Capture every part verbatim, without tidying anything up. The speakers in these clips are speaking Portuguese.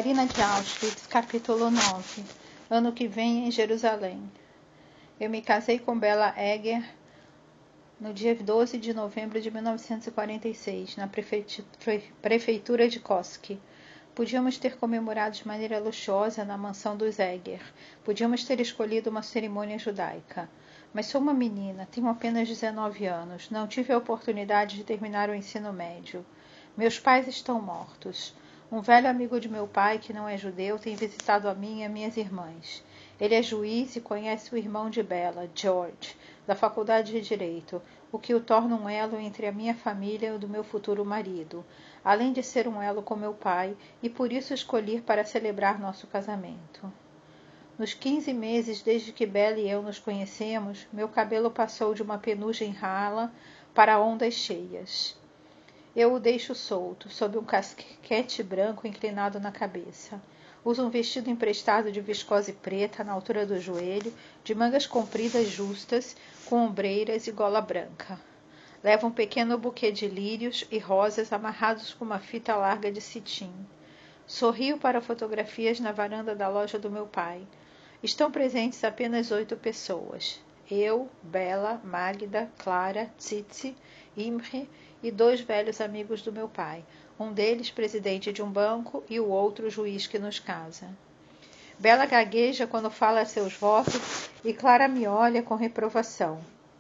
Bailarina de Auschwitz, capítulo nove. Ano que vem em Jerusalém. Eu me casei com Bela Egger no dia doze de novembro de mil novecentos e quarenta e seis, na prefeitura de Koski. Podíamos ter comemorado de maneira luxuosa na mansão dos Egger. Podíamos ter escolhido uma cerimônia judaica. Mas sou uma menina, tenho apenas dezenove anos. Não tive a oportunidade de terminar o ensino médio. Meus pais estão mortos. Um velho amigo de meu pai, que não é judeu, tem visitado a mim e a minhas irmãs. Ele é juiz e conhece o irmão de Bela, George, da Faculdade de Direito, o que o torna um elo entre a minha família e o do meu futuro marido, além de ser um elo com meu pai, e por isso escolhi para celebrar nosso casamento. Nos quinze meses desde que Bela e eu nos conhecemos, meu cabelo passou de uma penugem rala para ondas cheias. Eu o deixo solto, sob um casquete branco inclinado na cabeça. Uso um vestido emprestado de viscose preta na altura do joelho, de mangas compridas justas, com ombreiras e gola branca. Levo um pequeno buquê de lírios e rosas amarrados com uma fita larga de cetim. Sorrio para fotografias na varanda da loja do meu pai. Estão presentes apenas oito pessoas. Eu, Bela, Magda, Clara, Tsitsi, Imre e dois velhos amigos do meu pai, um deles presidente de um banco e o outro juiz que nos casa. Bela gagueja quando fala seus votos e Clara me olha com reprovação.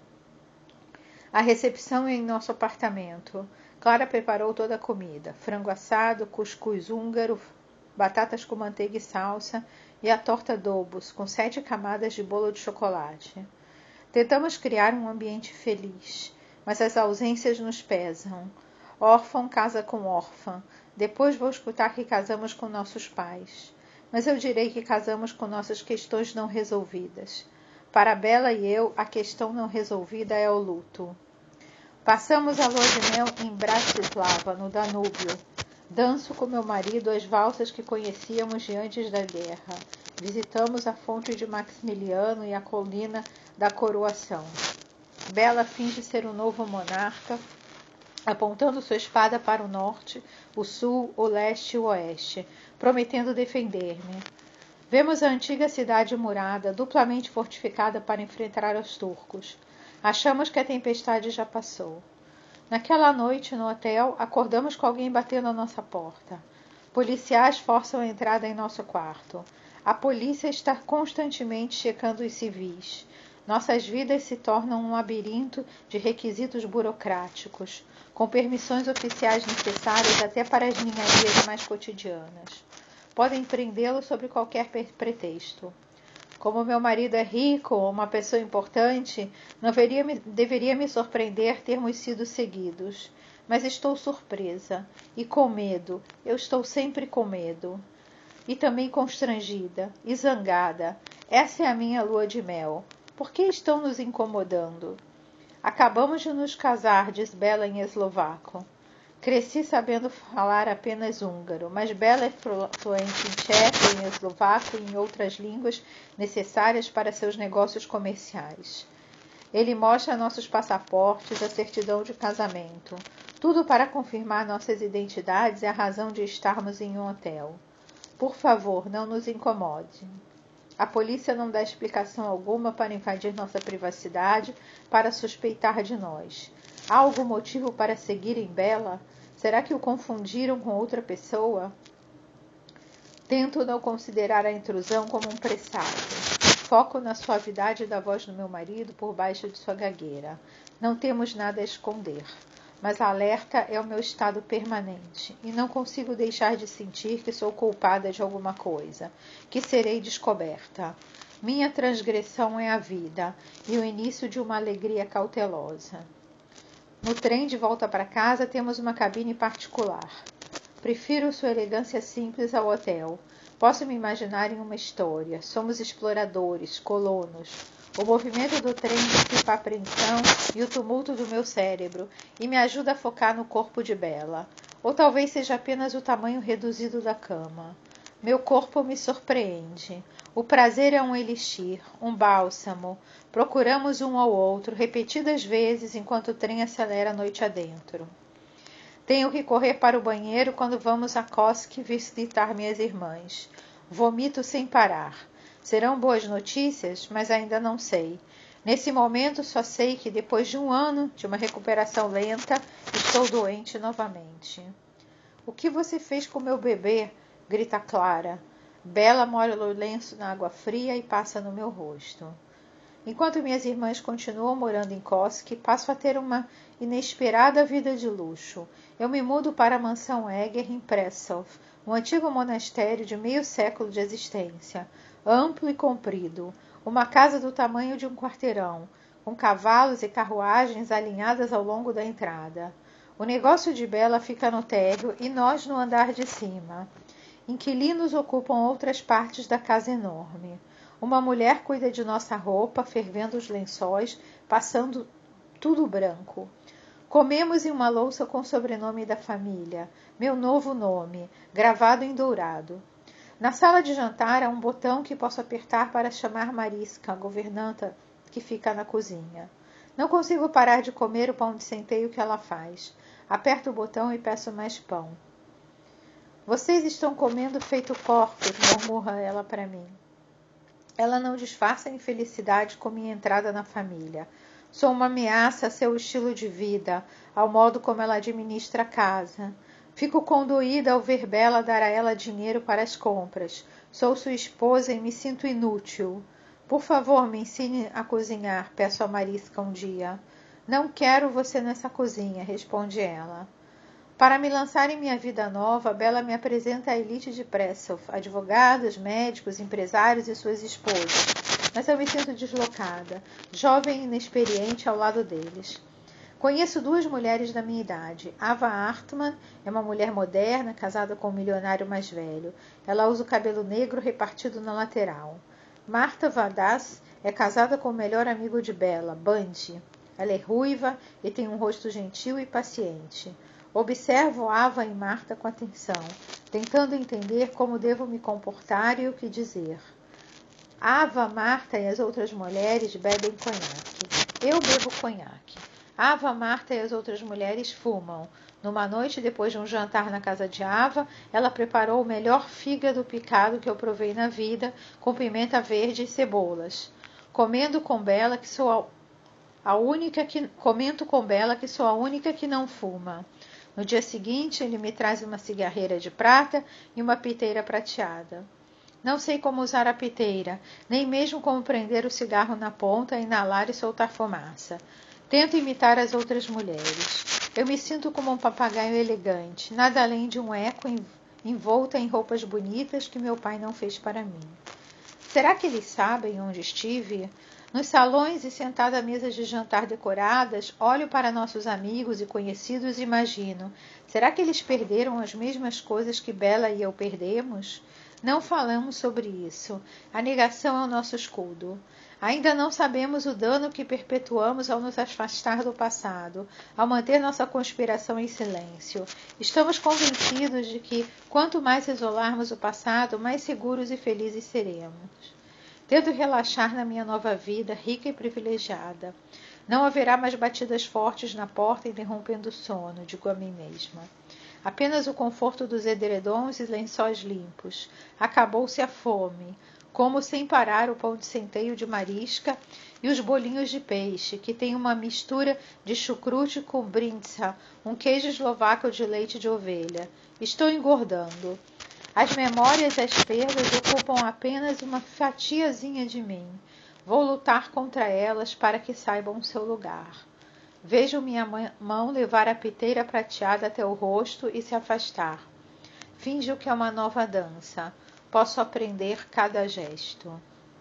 A recepção é em nosso apartamento. Clara preparou toda a comida, frango assado, cuscuz húngaro, batatas com manteiga e salsa e a torta Dobos, com sete camadas de bolo de chocolate. Tentamos criar um ambiente feliz, mas as ausências nos pesam. Órfão casa com órfã. Depois vou escutar que casamos com nossos pais. Mas eu direi que casamos com nossas questões não resolvidas. Para Bela e eu, a questão não resolvida é o luto. Passamos a lua de mel em Bratislava, no Danúbio. Danço com meu marido as valsas que conhecíamos de antes da guerra. Visitamos a fonte de Maximiliano e a colina da Coroação. Bela finge ser um novo monarca, apontando sua espada para o norte, o sul, o leste e o oeste, prometendo defender-me. Vemos a antiga cidade murada, duplamente fortificada para enfrentar os turcos. Achamos que a tempestade já passou. Naquela noite, no hotel, acordamos com alguém batendo à nossa porta. Policiais forçam a entrada em nosso quarto. A polícia está constantemente checando os civis. Nossas vidas se tornam um labirinto de requisitos burocráticos, com permissões oficiais necessárias até para as ninharias mais cotidianas. Podem prendê-lo sob qualquer pretexto. Como meu marido é rico ou uma pessoa importante, não deveria me, deveria me surpreender termos sido seguidos. Mas estou surpresa e com medo. Eu estou sempre com medo. E também constrangida e zangada. Essa é a minha lua de mel. Por que estão nos incomodando? Acabamos de nos casar, diz Bela em eslovaco. Cresci sabendo falar apenas húngaro, mas Bela é fluente em tcheco, em eslovaco e em outras línguas necessárias para seus negócios comerciais. Ele mostra nossos passaportes, a certidão de casamento, tudo para confirmar nossas identidades e a razão de estarmos em um hotel. Por favor, não nos incomode. A polícia não dá explicação alguma para invadir nossa privacidade, para suspeitar de nós. Há algum motivo para seguirem Bela? Será que o confundiram com outra pessoa? Tento não considerar a intrusão como um presságio. Foco na suavidade da voz do meu marido por baixo de sua gagueira. Não temos nada a esconder. Mas a alerta é o meu estado permanente, e não consigo deixar de sentir que sou culpada de alguma coisa, que serei descoberta. Minha transgressão é a vida, e o início de uma alegria cautelosa. No trem de volta para casa temos uma cabine particular. Prefiro sua elegância simples ao hotel. Posso me imaginar em uma história. Somos exploradores, colonos. O movimento do trem dissipa a apreensão e o tumulto do meu cérebro e me ajuda a focar no corpo de Bela. Ou talvez seja apenas o tamanho reduzido da cama. Meu corpo me surpreende. O prazer é um elixir, um bálsamo. Procuramos um ao outro repetidas vezes enquanto o trem acelera a noite adentro. Tenho que correr para o banheiro quando vamos a Kosk visitar minhas irmãs. Vomito sem parar. Serão boas notícias, mas ainda não sei. Nesse momento, só sei que depois de um ano de uma recuperação lenta, estou doente novamente. O que você fez com meu bebê? Grita Clara. Bela molha o lenço na água fria e passa no meu rosto. Enquanto minhas irmãs continuam morando em Kosk, passo a ter uma inesperada vida de luxo. Eu me mudo para a mansão Egger em Prešov, um antigo monastério de meio século de existência, amplo e comprido, uma casa do tamanho de um quarteirão, com cavalos e carruagens alinhadas ao longo da entrada. O negócio de Bela fica no térreo e nós no andar de cima. Inquilinos ocupam outras partes da casa enorme. Uma mulher cuida de nossa roupa, fervendo os lençóis, passando tudo branco. Comemos em uma louça com o sobrenome da família, meu novo nome, gravado em dourado. Na sala de jantar há um botão que posso apertar para chamar Mariska, a governanta que fica na cozinha. Não consigo parar de comer o pão de centeio que ela faz. Aperto o botão e peço mais pão. Vocês estão comendo feito porcos, murmura ela para mim. Ela não disfarça a infelicidade com minha entrada na família. Sou uma ameaça a seu estilo de vida, ao modo como ela administra a casa. Fico condoída ao ver Bela dar a ela dinheiro para as compras. Sou sua esposa e me sinto inútil. Por favor, me ensine a cozinhar, peço a Mariska um dia. Não quero você nessa cozinha, responde ela. Para me lançar em minha vida nova, Bela me apresenta a elite de Prešov, advogados, médicos, empresários e suas esposas. Mas eu me sinto deslocada, jovem e inexperiente ao lado deles. Conheço duas mulheres da minha idade. Ava Hartmann é uma mulher moderna, casada com um milionário mais velho. Ela usa o cabelo negro repartido na lateral. Marta Vadas é casada com o melhor amigo de Bela, Bundy. Ela é ruiva e tem um rosto gentil e paciente. Observo Ava e Marta com atenção, tentando entender como devo me comportar e o que dizer. Ava, Marta e as outras mulheres bebem conhaque. Eu bebo conhaque. Ava, Marta e as outras mulheres fumam. Numa noite, depois de um jantar na casa de Ava, ela preparou o melhor fígado picado que eu provei na vida, com pimenta verde e cebolas. Comendo com Bela que sou a, a única que comento com Bela que sou a única que não fuma. No dia seguinte, ele me traz uma cigarreira de prata e uma piteira prateada. Não sei como usar a piteira, nem mesmo como prender o cigarro na ponta, inalar e soltar fumaça. Tento imitar as outras mulheres. Eu me sinto como um papagaio elegante, nada além de um eco envolta em roupas bonitas que meu pai não fez para mim. Será que eles sabem onde estive? Nos salões e sentada à mesa de jantar decoradas, olho para nossos amigos e conhecidos e imagino. Será que eles perderam as mesmas coisas que Bela e eu perdemos? Não falamos sobre isso. A negação é o nosso escudo. Ainda não sabemos o dano que perpetuamos ao nos afastar do passado, ao manter nossa conspiração em silêncio. Estamos convencidos de que, quanto mais isolarmos o passado, mais seguros e felizes seremos. Tento relaxar na minha nova vida, rica e privilegiada. Não haverá mais batidas fortes na porta interrompendo o sono, digo a mim mesma. Apenas o conforto dos edredons e lençóis limpos. Acabou-se a fome. Como sem parar o pão de centeio de Mariska e os bolinhos de peixe, que tem uma mistura de chucrute com brinza, um queijo eslovaco de leite de ovelha. Estou engordando. As memórias e as perdas ocupam apenas uma fatiazinha de mim. Vou lutar contra elas para que saibam seu lugar. Vejo minha mão levar a piteira prateada até o rosto e se afastar. Finjo que é uma nova dança. Posso aprender cada gesto.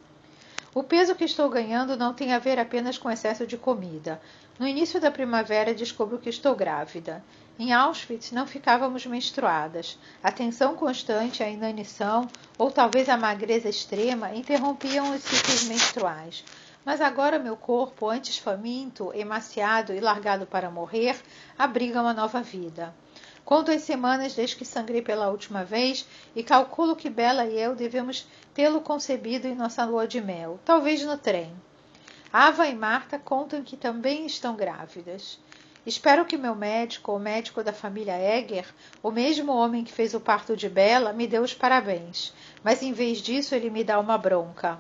O peso que estou ganhando não tem a ver apenas com excesso de comida. No início da primavera descubro que estou grávida. Em Auschwitz não ficávamos menstruadas. A tensão constante, a inanição, ou talvez a magreza extrema, interrompiam os ciclos menstruais. Mas agora meu corpo, antes faminto, emaciado e largado para morrer, abriga uma nova vida. Conto as semanas desde que sangrei pela última vez e calculo que Bela e eu devemos tê-lo concebido em nossa lua de mel, talvez no trem. Ava e Marta contam que também estão grávidas. Espero que meu médico, o médico da família Egger, o mesmo homem que fez o parto de Bella, me dê os parabéns. Mas em vez disso, ele me dá uma bronca.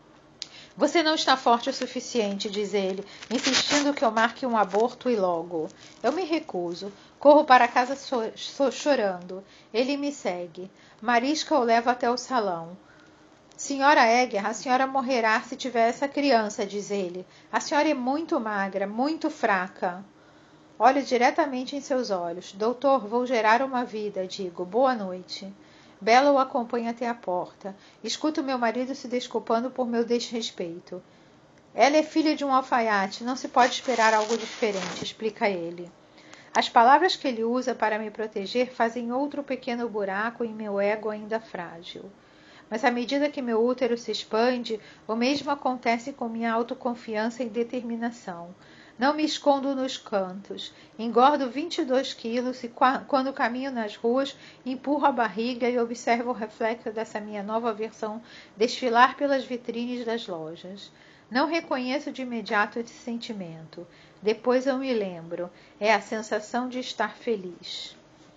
Você não está forte o suficiente, diz ele, insistindo que eu marque um aborto e logo. Eu me recuso. Corro para casa so- so- chorando. Ele me segue. Marisca o leva até o salão. Senhora Egger, a senhora morrerá se tiver essa criança, diz ele. A senhora é muito magra, muito fraca. Olho diretamente em seus olhos. Doutor, vou gerar uma vida, digo. Boa noite. Bella o acompanha até a porta. Escuto meu marido se desculpando por meu desrespeito. Ela é filha de um alfaiate, não se pode esperar algo diferente, explica ele. As palavras que ele usa para me proteger fazem outro pequeno buraco em meu ego ainda frágil. Mas à medida que meu útero se expande, o mesmo acontece com minha autoconfiança e determinação. Não me escondo nos cantos. Engordo vinte e dois quilos e quando caminho nas ruas, empurro a barriga e observo o reflexo dessa minha nova versão desfilar pelas vitrines das lojas. Não reconheço de imediato esse sentimento. Depois eu me lembro. É a sensação de estar feliz.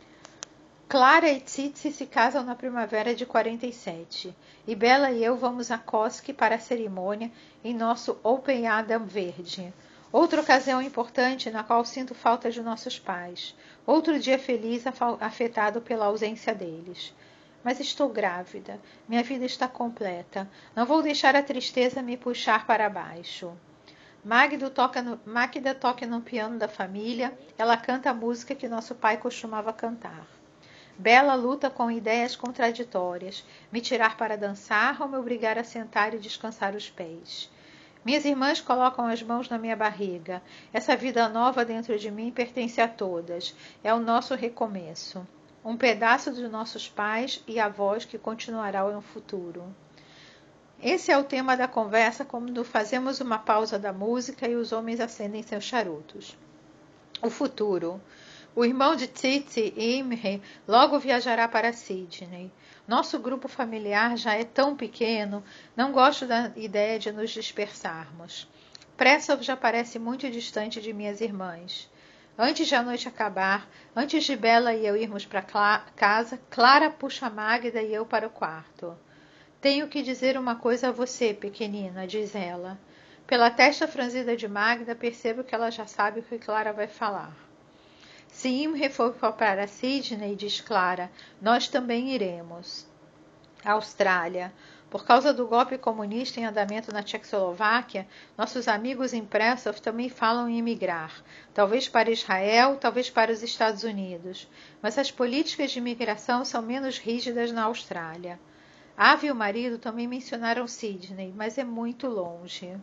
Clara e Tsitsi se casam na primavera de quarenta e sete. E Bella e eu vamos a Koski para a cerimônia em nosso Open Adam verde. Outra ocasião importante na qual sinto falta de nossos pais. Outro dia feliz afetado pela ausência deles. Mas estou grávida. Minha vida está completa. Não vou deixar a tristeza me puxar para baixo. Magda toca no, Magda toca no piano da família. Ela canta a música que nosso pai costumava cantar. Bella luta com ideias contraditórias. Me tirar para dançar ou me obrigar a sentar e descansar os pés. Minhas irmãs colocam as mãos na minha barriga. Essa vida nova dentro de mim pertence a todas. É o nosso recomeço. Um pedaço dos nossos pais e avós que continuará no futuro. Esse é o tema da conversa quando fazemos uma pausa da música e os homens acendem seus charutos. O futuro. O irmão de Tsitsi, Imre, logo viajará para Sydney. Nosso grupo familiar já é tão pequeno, não gosto da ideia de nos dispersarmos. Pressov já parece muito distante de minhas irmãs. Antes de a noite acabar, antes de Bella e eu irmos para casa, Clara puxa Magda e eu para o quarto. Tenho que dizer uma coisa a você, pequenina, diz ela. Pela testa franzida de Magda, percebo que ela já sabe o que Clara vai falar. Se Imre for para Sydney, diz Clara, nós também iremos. Austrália. Por causa do golpe comunista em andamento na Tchecoslováquia, nossos amigos em Pressov também falam em emigrar. Talvez para Israel, talvez para os Estados Unidos. Mas as políticas de imigração são menos rígidas na Austrália. Ava e o marido também mencionaram Sydney, mas é muito longe.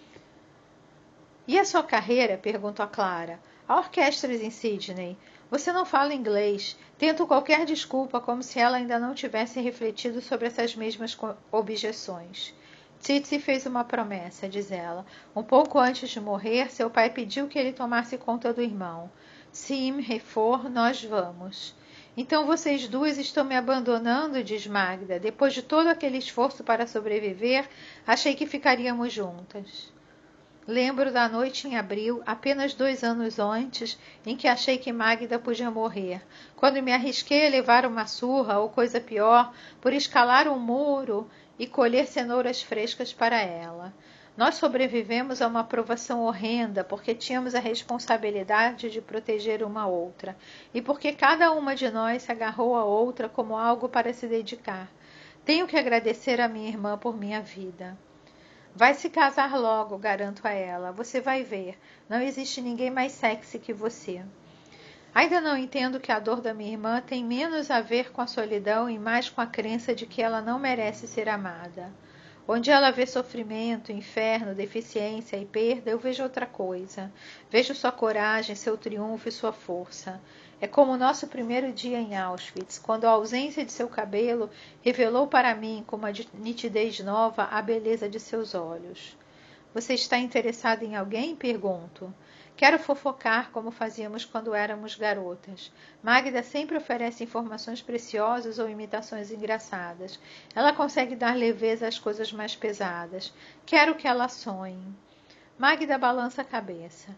E a sua carreira? Perguntou a Clara. Há orquestras em Sydney. Você não fala inglês. Tento qualquer desculpa, como se ela ainda não tivesse refletido sobre essas mesmas objeções. Tsitsi fez uma promessa, diz ela. Um pouco antes de morrer, seu pai pediu que ele tomasse conta do irmão. Se Imre for, nós vamos. Então vocês duas estão me abandonando, diz Magda. Depois de todo aquele esforço para sobreviver, achei que ficaríamos juntas. Lembro da noite em abril, apenas dois anos antes, em que achei que Magda podia morrer, quando me arrisquei a levar uma surra, ou coisa pior, por escalar um muro e colher cenouras frescas para ela. Nós sobrevivemos a uma provação horrenda, porque tínhamos a responsabilidade de proteger uma outra, e porque cada uma de nós se agarrou a outra como algo para se dedicar. Tenho que agradecer a minha irmã por minha vida. Vai se casar logo, garanto a ela. Você vai ver. Não existe ninguém mais sexy que você. Ainda não entendo que a dor da minha irmã tem menos a ver com a solidão e mais com a crença de que ela não merece ser amada. Onde ela vê sofrimento, inferno, deficiência e perda, eu vejo outra coisa. Vejo sua coragem, seu triunfo e sua força. É como o nosso primeiro dia em Auschwitz, quando a ausência de seu cabelo revelou para mim, com uma nitidez nova, a beleza de seus olhos. Você está interessado em alguém? Pergunto. Quero fofocar como fazíamos quando éramos garotas. Magda sempre oferece informações preciosas ou imitações engraçadas. Ela consegue dar leveza às coisas mais pesadas. Quero que ela sonhe. Magda balança a cabeça.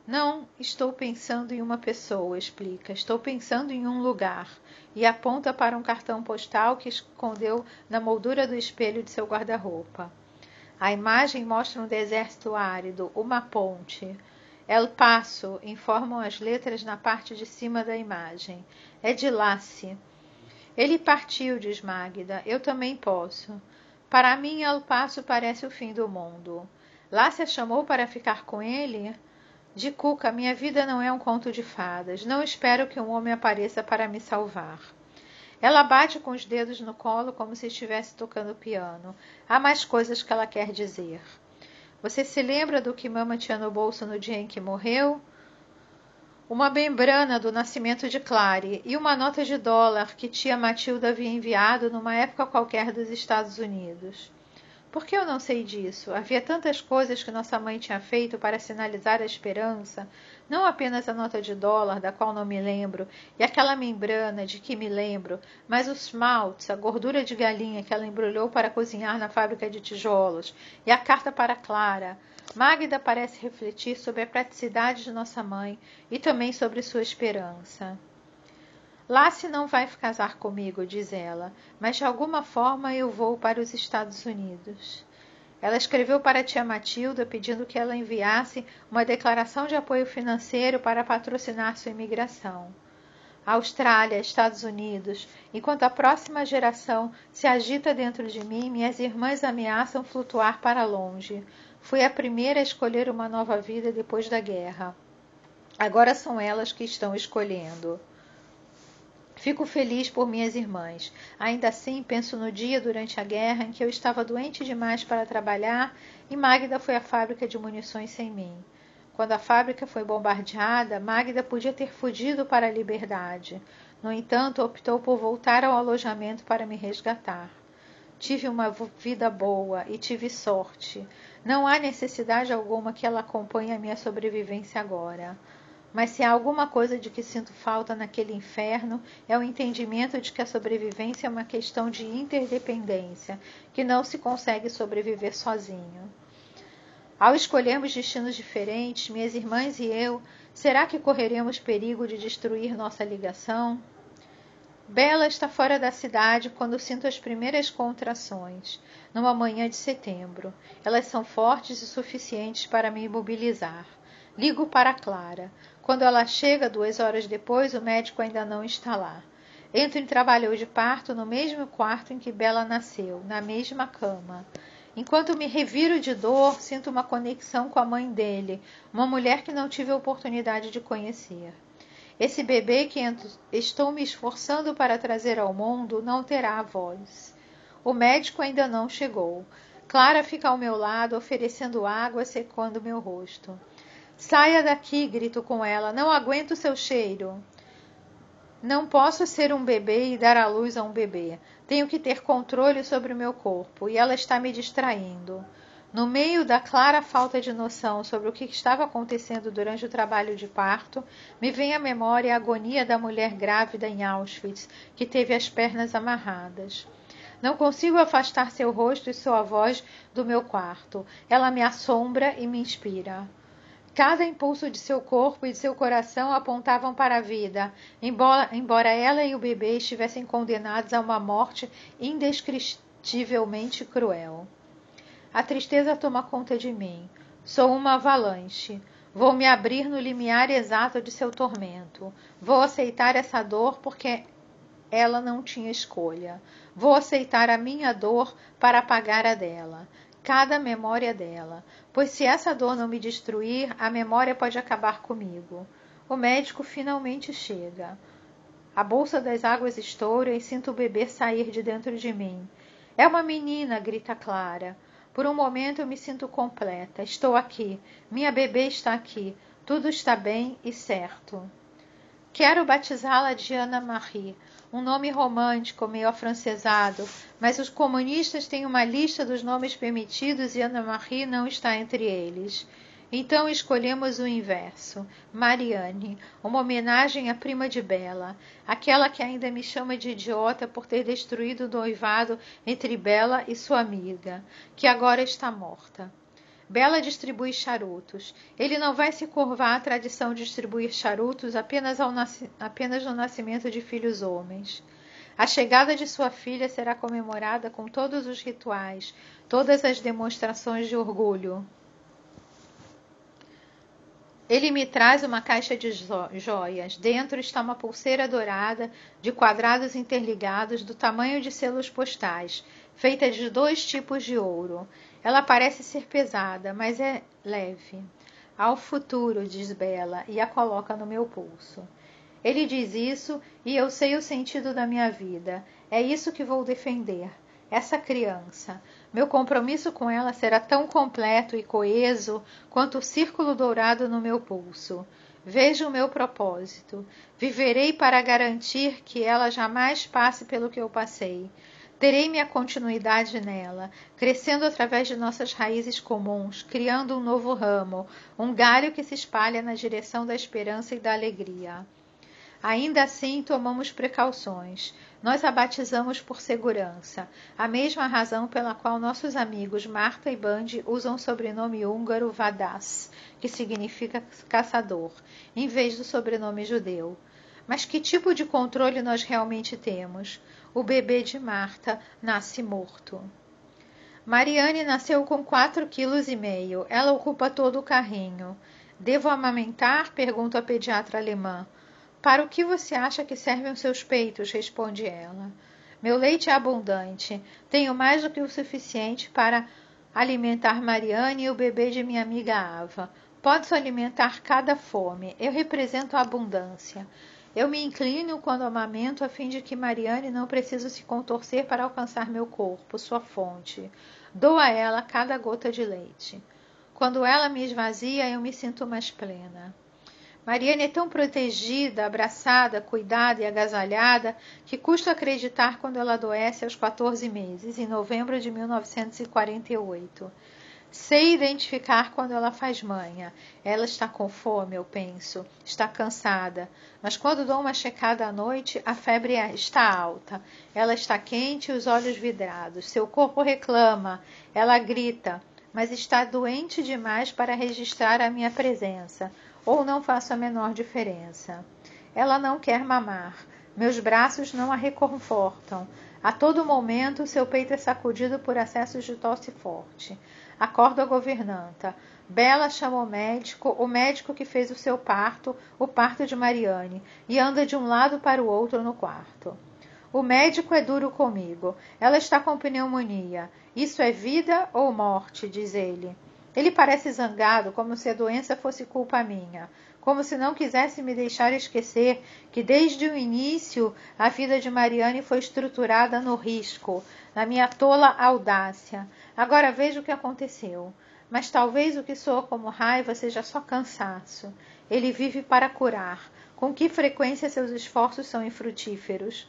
Não estou pensando em uma pessoa, explica. Estou pensando em um lugar. E aponta para um cartão postal que escondeu na moldura do espelho de seu guarda-roupa. A imagem mostra um deserto árido, uma ponte. El Paso, informam as letras na parte de cima da imagem. É de Lassi. Ele partiu, diz Magda. Eu também posso. Para mim, El Paso parece o fim do mundo. Lassi a chamou para ficar com ele? De Cuca, minha vida não é um conto de fadas. Não espero que um homem apareça para me salvar. Ela bate com os dedos no colo como se estivesse tocando piano. Há mais coisas que ela quer dizer. Você se lembra do que Mama tinha no bolso no dia em que morreu? Uma membrana do nascimento de Clary e uma nota de dólar que tia Matilda havia enviado numa época qualquer dos Estados Unidos. Por que eu não sei disso? Havia tantas coisas que nossa mãe tinha feito para sinalizar a esperança, não apenas a nota de dólar, da qual não me lembro, e aquela membrana de que me lembro, mas os smalts, a gordura de galinha que ela embrulhou para cozinhar na fábrica de tijolos, e a carta para Clara. Magda parece refletir sobre a praticidade de nossa mãe e também sobre sua esperança. Lassi não vai casar comigo, diz ela, mas de alguma forma eu vou para os Estados Unidos. Ela escreveu para a tia Matilda pedindo que ela enviasse uma declaração de apoio financeiro para patrocinar sua imigração. Austrália, Estados Unidos, enquanto a próxima geração se agita dentro de mim, minhas irmãs ameaçam flutuar para longe. Fui a primeira a escolher uma nova vida depois da guerra. Agora são elas que estão escolhendo. Fico feliz por minhas irmãs. Ainda assim, penso no dia durante a guerra em que eu estava doente demais para trabalhar e Magda foi à fábrica de munições sem mim. Quando a fábrica foi bombardeada, Magda podia ter fugido para a liberdade. No entanto, optou por voltar ao alojamento para me resgatar. Tive uma vida boa e tive sorte. Não há necessidade alguma que ela acompanhe a minha sobrevivência agora. Mas se há alguma coisa de que sinto falta naquele inferno, é o entendimento de que a sobrevivência é uma questão de interdependência, que não se consegue sobreviver sozinho. Ao escolhermos destinos diferentes, minhas irmãs e eu, será que correremos perigo de destruir nossa ligação? Bela está fora da cidade quando sinto as primeiras contrações, numa manhã de setembro. Elas são fortes e suficientes para me imobilizar. Ligo para Clara. Quando ela chega, duas horas depois, o médico ainda não está lá. Entro em trabalho de parto no mesmo quarto em que Bela nasceu, na mesma cama. Enquanto me reviro de dor, sinto uma conexão com a mãe dele, uma mulher que não tive a oportunidade de conhecer. Esse bebê que estou me esforçando para trazer ao mundo não terá voz. O médico ainda não chegou. Clara fica ao meu lado, oferecendo água, secando meu rosto. Saia daqui, grito com ela. Não aguento seu cheiro. Não posso ser um bebê e dar à luz a um bebê. Tenho que ter controle sobre o meu corpo, e ela está me distraindo. No meio da clara falta de noção sobre o que estava acontecendo durante o trabalho de parto, me vem à memória a agonia da mulher grávida em Auschwitz, que teve as pernas amarradas. Não consigo afastar seu rosto e sua voz do meu quarto. Ela me assombra e me inspira. Cada impulso de seu corpo e de seu coração apontavam para a vida, embora, embora ela e o bebê estivessem condenados a uma morte indescritivelmente cruel. A tristeza toma conta de mim. Sou uma avalanche. Vou me abrir no limiar exato de seu tormento. Vou aceitar essa dor porque ela não tinha escolha. Vou aceitar a minha dor para apagar a dela. Cada memória dela, pois se essa dor não me destruir, a memória pode acabar comigo. O médico finalmente chega. A bolsa das águas estoura e sinto o bebê sair de dentro de mim. É uma menina, grita Clara. Por um momento eu me sinto completa. Estou aqui. Minha bebê está aqui. Tudo está bem e certo. Quero batizá-la de Ana Marie, um nome romântico, meio afrancesado, mas os comunistas têm uma lista dos nomes permitidos e Ana Marie não está entre eles. Então escolhemos o inverso, Marianne, uma homenagem à prima de Bela, aquela que ainda me chama de idiota por ter destruído o noivado entre Bela e sua amiga, que agora está morta. Bela distribui charutos. Ele não vai se curvar à tradição de distribuir charutos apenas, ao nasci... apenas no nascimento de filhos homens. A chegada de sua filha será comemorada com todos os rituais, todas as demonstrações de orgulho. Ele me traz uma caixa de joias. Dentro está uma pulseira dourada de quadrados interligados do tamanho de selos postais, feita de dois tipos de ouro. Ela parece ser pesada, mas é leve. Ao futuro, diz Bela, e a coloca no meu pulso. Ele diz isso e eu sei o sentido da minha vida. É isso que vou defender. Essa criança. Meu compromisso com ela será tão completo e coeso quanto o círculo dourado no meu pulso. Veja o meu propósito. Viverei para garantir que ela jamais passe pelo que eu passei. Terei minha continuidade nela, crescendo através de nossas raízes comuns, criando um novo ramo, um galho que se espalha na direção da esperança e da alegria. Ainda assim, tomamos precauções. Nós a batizamos por segurança, a mesma razão pela qual nossos amigos Marta e Bandi usam o sobrenome húngaro Vadász, que significa caçador, em vez do sobrenome judeu. Mas que tipo de controle nós realmente temos? O bebê de Marta nasce morto. Mariane nasceu com quatro quilos e meio. Ela ocupa todo o carrinho. Devo amamentar? Pergunta a pediatra alemã. Para o que você acha que servem os seus peitos? Responde ela. Meu leite é abundante. Tenho mais do que o suficiente para alimentar Mariane e o bebê de minha amiga Ava. Posso alimentar cada fome. Eu represento a abundância. Eu me inclino quando amamento a fim de que Mariane não precise se contorcer para alcançar meu corpo, sua fonte. Dou a ela cada gota de leite. Quando ela me esvazia, eu me sinto mais plena. Mariane é tão protegida, abraçada, cuidada e agasalhada que custa acreditar quando ela adoece aos quatorze meses, em novembro de mil novecentos e quarenta e oito. Sei identificar quando ela faz manha. Ela está com fome, eu penso, está cansada. Mas quando dou uma checada à noite, a febre está alta. Ela está quente e os olhos vidrados. Seu corpo reclama, ela grita, mas está doente demais para registrar a minha presença. Ou não faço a menor diferença. Ela não quer mamar. Meus braços não a reconfortam. A todo momento, seu peito é sacudido por acessos de tosse forte. Acordo a governanta. Bela chama o médico, o médico que fez o seu parto, o parto de Mariane, e anda de um lado para o outro no quarto. O médico é duro comigo. Ela está com pneumonia. Isso é vida ou morte, diz ele. Ele parece zangado, como se a doença fosse culpa minha, como se não quisesse me deixar esquecer que desde o início a vida de Mariane foi estruturada no risco, na minha tola audácia. Agora vejo o que aconteceu, mas talvez o que soa como raiva seja só cansaço. Ele vive para curar. Com que frequência seus esforços são infrutíferos?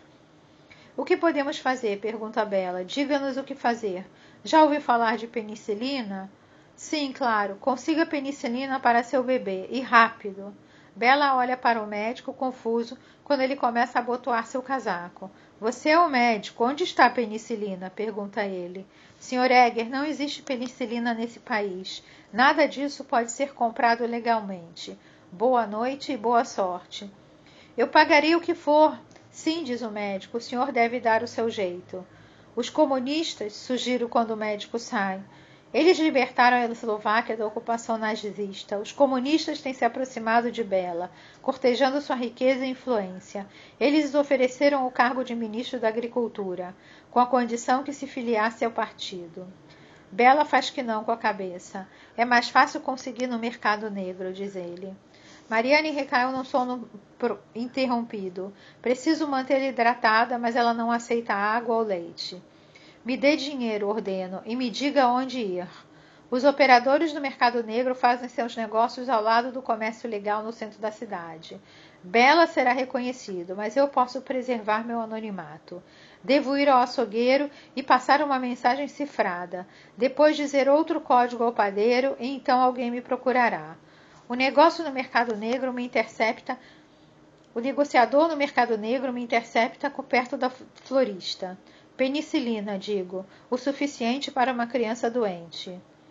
O que podemos fazer? Pergunta Bela. Diga-nos o que fazer. Já ouviu falar de penicilina? Sim, claro. Consiga penicilina para seu bebê, e rápido. Bela olha para o médico, confuso, quando ele começa a abotoar seu casaco. Você é o médico. Onde está a penicilina? Pergunta ele. senhor Egger, não existe penicilina nesse país. Nada disso pode ser comprado legalmente. Boa noite e boa sorte. Eu pagaria o que for. Sim, diz o médico, o senhor deve dar o seu jeito. Os comunistas, sugiro quando o médico sai. Eles libertaram a Eslováquia da ocupação nazista. Os comunistas têm se aproximado de Bela, cortejando sua riqueza e influência. Eles ofereceram o cargo de ministro da Agricultura, com a condição que se filiasse ao partido. Bela faz que não com a cabeça. É mais fácil conseguir no mercado negro, diz ele. Mariane recaiu num sono interrompido. Preciso mantê-la hidratada, mas ela não aceita água ou leite. Me dê dinheiro, ordeno, e me diga onde ir. Os operadores do mercado negro fazem seus negócios ao lado do comércio legal no centro da cidade. Bela será reconhecido, mas eu posso preservar meu anonimato. Devo ir ao açougueiro e passar uma mensagem cifrada, depois dizer outro código ao padeiro e então alguém me procurará. O negócio no mercado negro me intercepta. O negociador no mercado negro me intercepta perto da florista. Penicilina, digo, o suficiente para uma criança doente.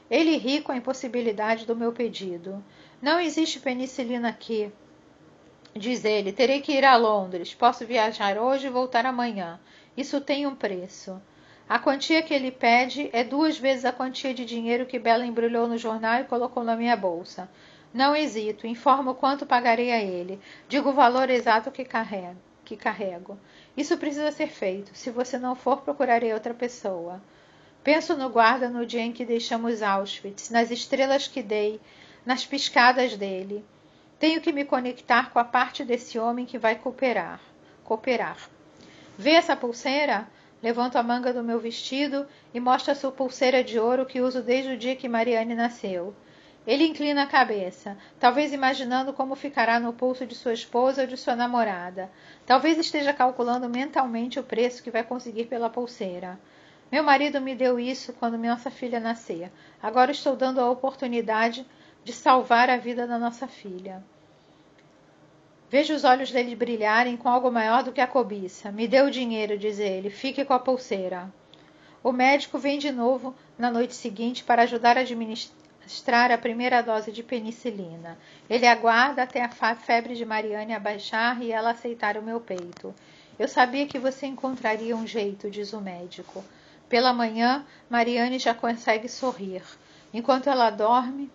Ele ri com a impossibilidade do meu pedido. Não existe penicilina aqui, diz ele. Terei que ir a Londres. Posso viajar hoje e voltar amanhã. Isso tem um preço. A quantia que ele pede é duas vezes a quantia de dinheiro que Bela embrulhou no jornal e colocou na minha bolsa. Não hesito, informo quanto pagarei a ele. Digo o valor exato que carrego. que carrego. Isso precisa ser feito. Se você não for, procurarei outra pessoa. Penso no guarda no dia em que deixamos Auschwitz, nas estrelas que dei, nas piscadas dele. Tenho que me conectar com a parte desse homem que vai cooperar. Cooperar. Vê essa pulseira? Levanto a manga do meu vestido e mostro a sua pulseira de ouro que uso desde o dia que Mariane nasceu. Ele inclina a cabeça, talvez imaginando como ficará no pulso de sua esposa ou de sua namorada. Talvez esteja calculando mentalmente o preço que vai conseguir pela pulseira. Meu marido me deu isso quando nossa filha nascer. Agora estou dando a oportunidade de salvar a vida da nossa filha. Vejo os olhos dele brilharem com algo maior do que a cobiça. Me dê o dinheiro, diz ele. Fique com a pulseira. O médico vem de novo na noite seguinte para ajudar a administrar a primeira dose de penicilina. Ele aguarda até a febre de Mariane abaixar e ela aceitar o meu peito. Eu sabia que você encontraria um jeito, diz o médico. Pela manhã, Mariane já consegue sorrir. Enquanto ela dorme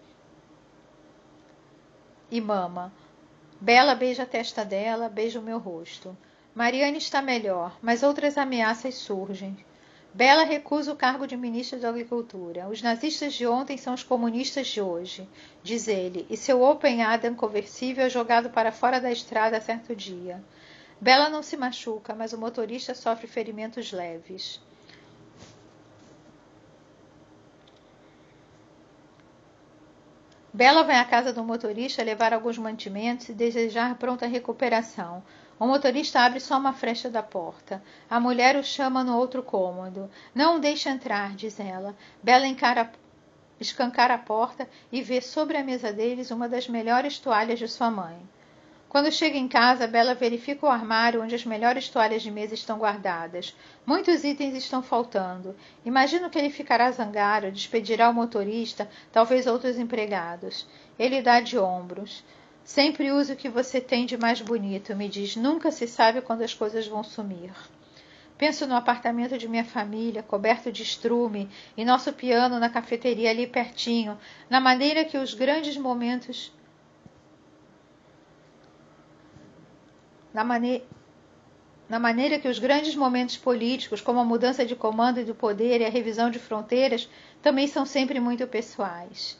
e mama. Bela beija a testa dela, beija o meu rosto. Mariane está melhor, mas outras ameaças surgem. Bela recusa o cargo de ministra da Agricultura. Os nazistas de ontem são os comunistas de hoje, diz ele, e seu Open Adam conversível é jogado para fora da estrada certo dia. Bela não se machuca, mas o motorista sofre ferimentos leves. Bela vai à casa do motorista levar alguns mantimentos e desejar pronta recuperação. O motorista abre só uma fresta da porta. A mulher o chama no outro cômodo. Não o deixe entrar, diz ela. Bela encara, escancara a porta e vê sobre a mesa deles uma das melhores toalhas de sua mãe. Quando chega em casa, Bela verifica o armário onde as melhores toalhas de mesa estão guardadas. Muitos itens estão faltando. Imagino que ele ficará zangado, despedirá o motorista, talvez outros empregados. Ele dá de ombros. Sempre use o que você tem de mais bonito, me diz. Nunca se sabe quando as coisas vão sumir. Penso no apartamento de minha família, coberto de estrume, e nosso piano na cafeteria ali pertinho, na maneira que os grandes momentos... Na, mane... na maneira que os grandes momentos políticos, como a mudança de comando e do poder e a revisão de fronteiras, também são sempre muito pessoais.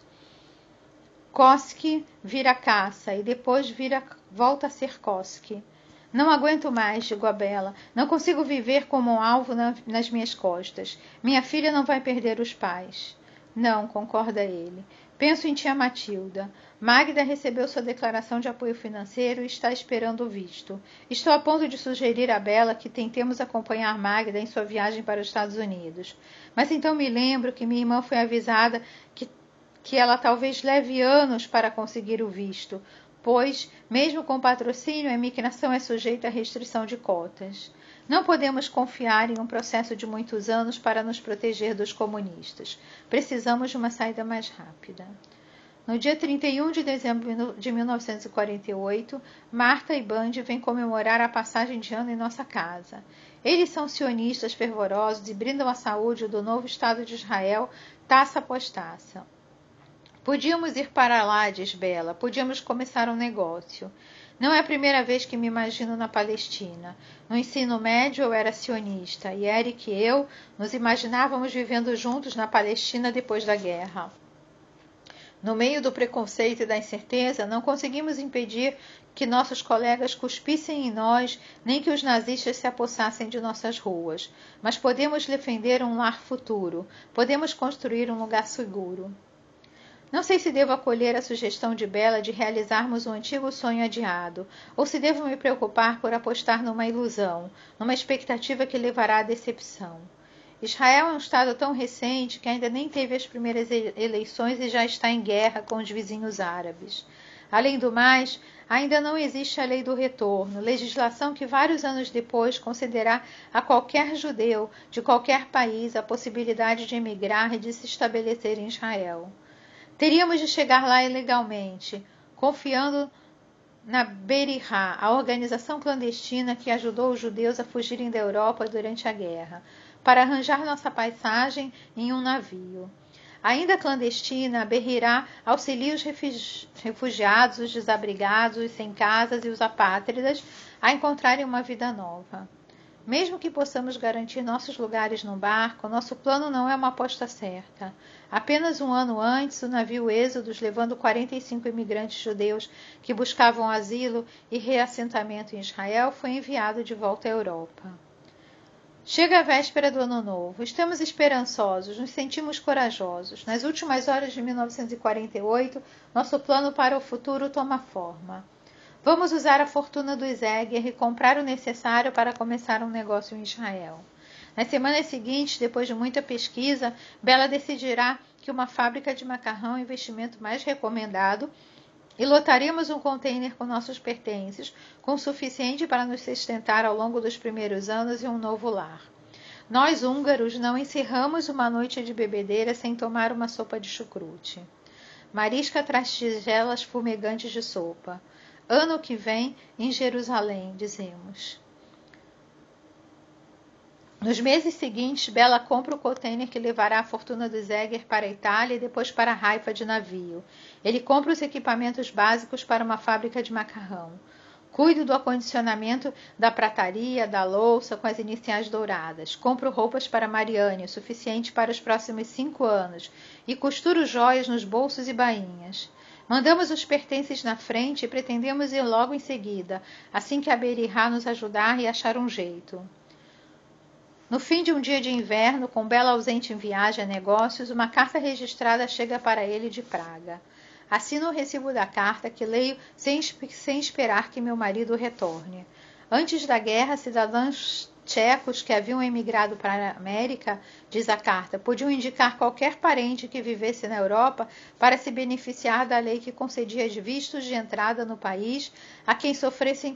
Koski vira caça e depois vira... volta a ser Koski. Não aguento mais, digo a Bela. Não consigo viver como um alvo na... nas minhas costas. Minha filha não vai perder os pais. Não, concorda ele. Penso em tia Matilda. Magda recebeu sua declaração de apoio financeiro e está esperando o visto. Estou a ponto de sugerir a Bela que tentemos acompanhar Magda em sua viagem para os Estados Unidos. Mas então me lembro que minha irmã foi avisada que, que ela talvez leve anos para conseguir o visto, pois, mesmo com patrocínio, a imigração é sujeita à restrição de cotas. Não podemos confiar em um processo de muitos anos para nos proteger dos comunistas. Precisamos de uma saída mais rápida. No dia trinta e um de dezembro de mil novecentos e quarenta e oito, Marta e Band vêm comemorar a passagem de ano em nossa casa. Eles são sionistas fervorosos e brindam a saúde do novo Estado de Israel, taça após taça. Podíamos ir para lá, diz Bela, podíamos começar um negócio. Não é a primeira vez que me imagino na Palestina. No ensino médio eu era sionista, e Eric e eu nos imaginávamos vivendo juntos na Palestina depois da guerra. No meio do preconceito e da incerteza, não conseguimos impedir que nossos colegas cuspissem em nós, nem que os nazistas se apossassem de nossas ruas. Mas podemos defender um lar futuro, podemos construir um lugar seguro. Não sei se devo acolher a sugestão de Bela de realizarmos um antigo sonho adiado, ou se devo me preocupar por apostar numa ilusão, numa expectativa que levará à decepção. Israel é um estado tão recente que ainda nem teve as primeiras eleições e já está em guerra com os vizinhos árabes. Além do mais, ainda não existe a lei do retorno, legislação que vários anos depois concederá a qualquer judeu de qualquer país a possibilidade de emigrar e de se estabelecer em Israel. Teríamos de chegar lá ilegalmente, confiando na Berihá, a organização clandestina que ajudou os judeus a fugirem da Europa durante a guerra, para arranjar nossa passagem em um navio. Ainda clandestina, a Berihá auxilia os refugiados, os desabrigados, os sem casas e os apátridas a encontrarem uma vida nova. Mesmo que possamos garantir nossos lugares no barco, nosso plano não é uma aposta certa. Apenas um ano antes, o navio Êxodos, levando quarenta e cinco imigrantes judeus que buscavam asilo e reassentamento em Israel, foi enviado de volta à Europa. Chega a véspera do Ano Novo. Estamos esperançosos, nos sentimos corajosos. Nas últimas horas de mil novecentos e quarenta e oito, nosso plano para o futuro toma forma. Vamos usar a fortuna do Zegger e comprar o necessário para começar um negócio em Israel. Nas semanas seguintes, depois de muita pesquisa, Bela decidirá que uma fábrica de macarrão é o investimento mais recomendado e lotaremos um container com nossos pertences, com o suficiente para nos sustentar ao longo dos primeiros anos em um novo lar. Nós, húngaros, não encerramos uma noite de bebedeira sem tomar uma sopa de chucrute. Marisca traz tigelas fumegantes de sopa. Ano que vem, em Jerusalém, dizemos. Nos meses seguintes, Bela compra o container que levará a fortuna do Zegger para a Itália e depois para Haifa de navio. Ele compra os equipamentos básicos para uma fábrica de macarrão. Cuido do acondicionamento da prataria, da louça com as iniciais douradas. Compro roupas para Mariane, o suficiente para os próximos cinco anos, e costuro joias nos bolsos e bainhas. Mandamos os pertences na frente e pretendemos ir logo em seguida, assim que a Berihá nos ajudar e achar um jeito. No fim de um dia de inverno, com Bela ausente em viagem a negócios, uma carta registrada chega para ele de Praga. Assino o recibo da carta, que leio sem, sem esperar que meu marido retorne. Antes da guerra, cidadãos tchecos que haviam emigrado para a América, diz a carta, podiam indicar qualquer parente que vivesse na Europa para se beneficiar da lei que concedia vistos de entrada no país a quem sofressem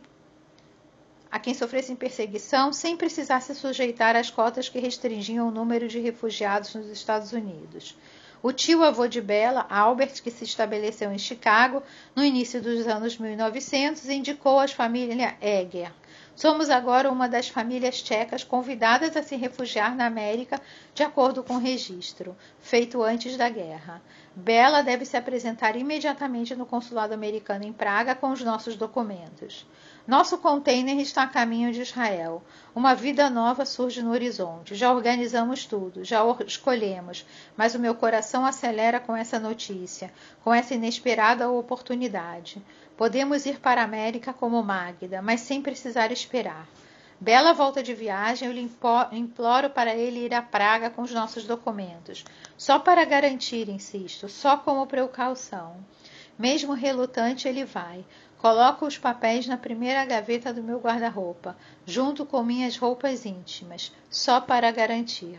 a quem sofressem perseguição sem precisar se sujeitar às cotas que restringiam o número de refugiados nos Estados Unidos. O tio-avô de Bela, Albert, que se estabeleceu em Chicago no início dos anos mil e novecentos, indicou a família Egger. Somos agora uma das famílias tchecas convidadas a se refugiar na América, de acordo com o registro, feito antes da guerra. Bela deve se apresentar imediatamente no consulado americano em Praga com os nossos documentos. Nosso container está a caminho de Israel. Uma vida nova surge no horizonte. Já organizamos tudo, já escolhemos, mas o meu coração acelera com essa notícia, com essa inesperada oportunidade. Podemos ir para a América como Magda, mas sem precisar esperar. Bela volta de viagem, eu lhe imploro para ele ir a Praga com os nossos documentos. Só para garantir, insisto, só como precaução. Mesmo relutante, ele vai. Coloco os papéis na primeira gaveta do meu guarda-roupa, junto com minhas roupas íntimas, só para garantir.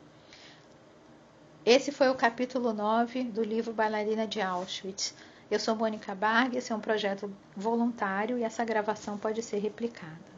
Esse foi o capítulo nove do livro Bailarina de Auschwitz. Eu sou Mônica Barg, esse é um projeto voluntário e essa gravação pode ser replicada.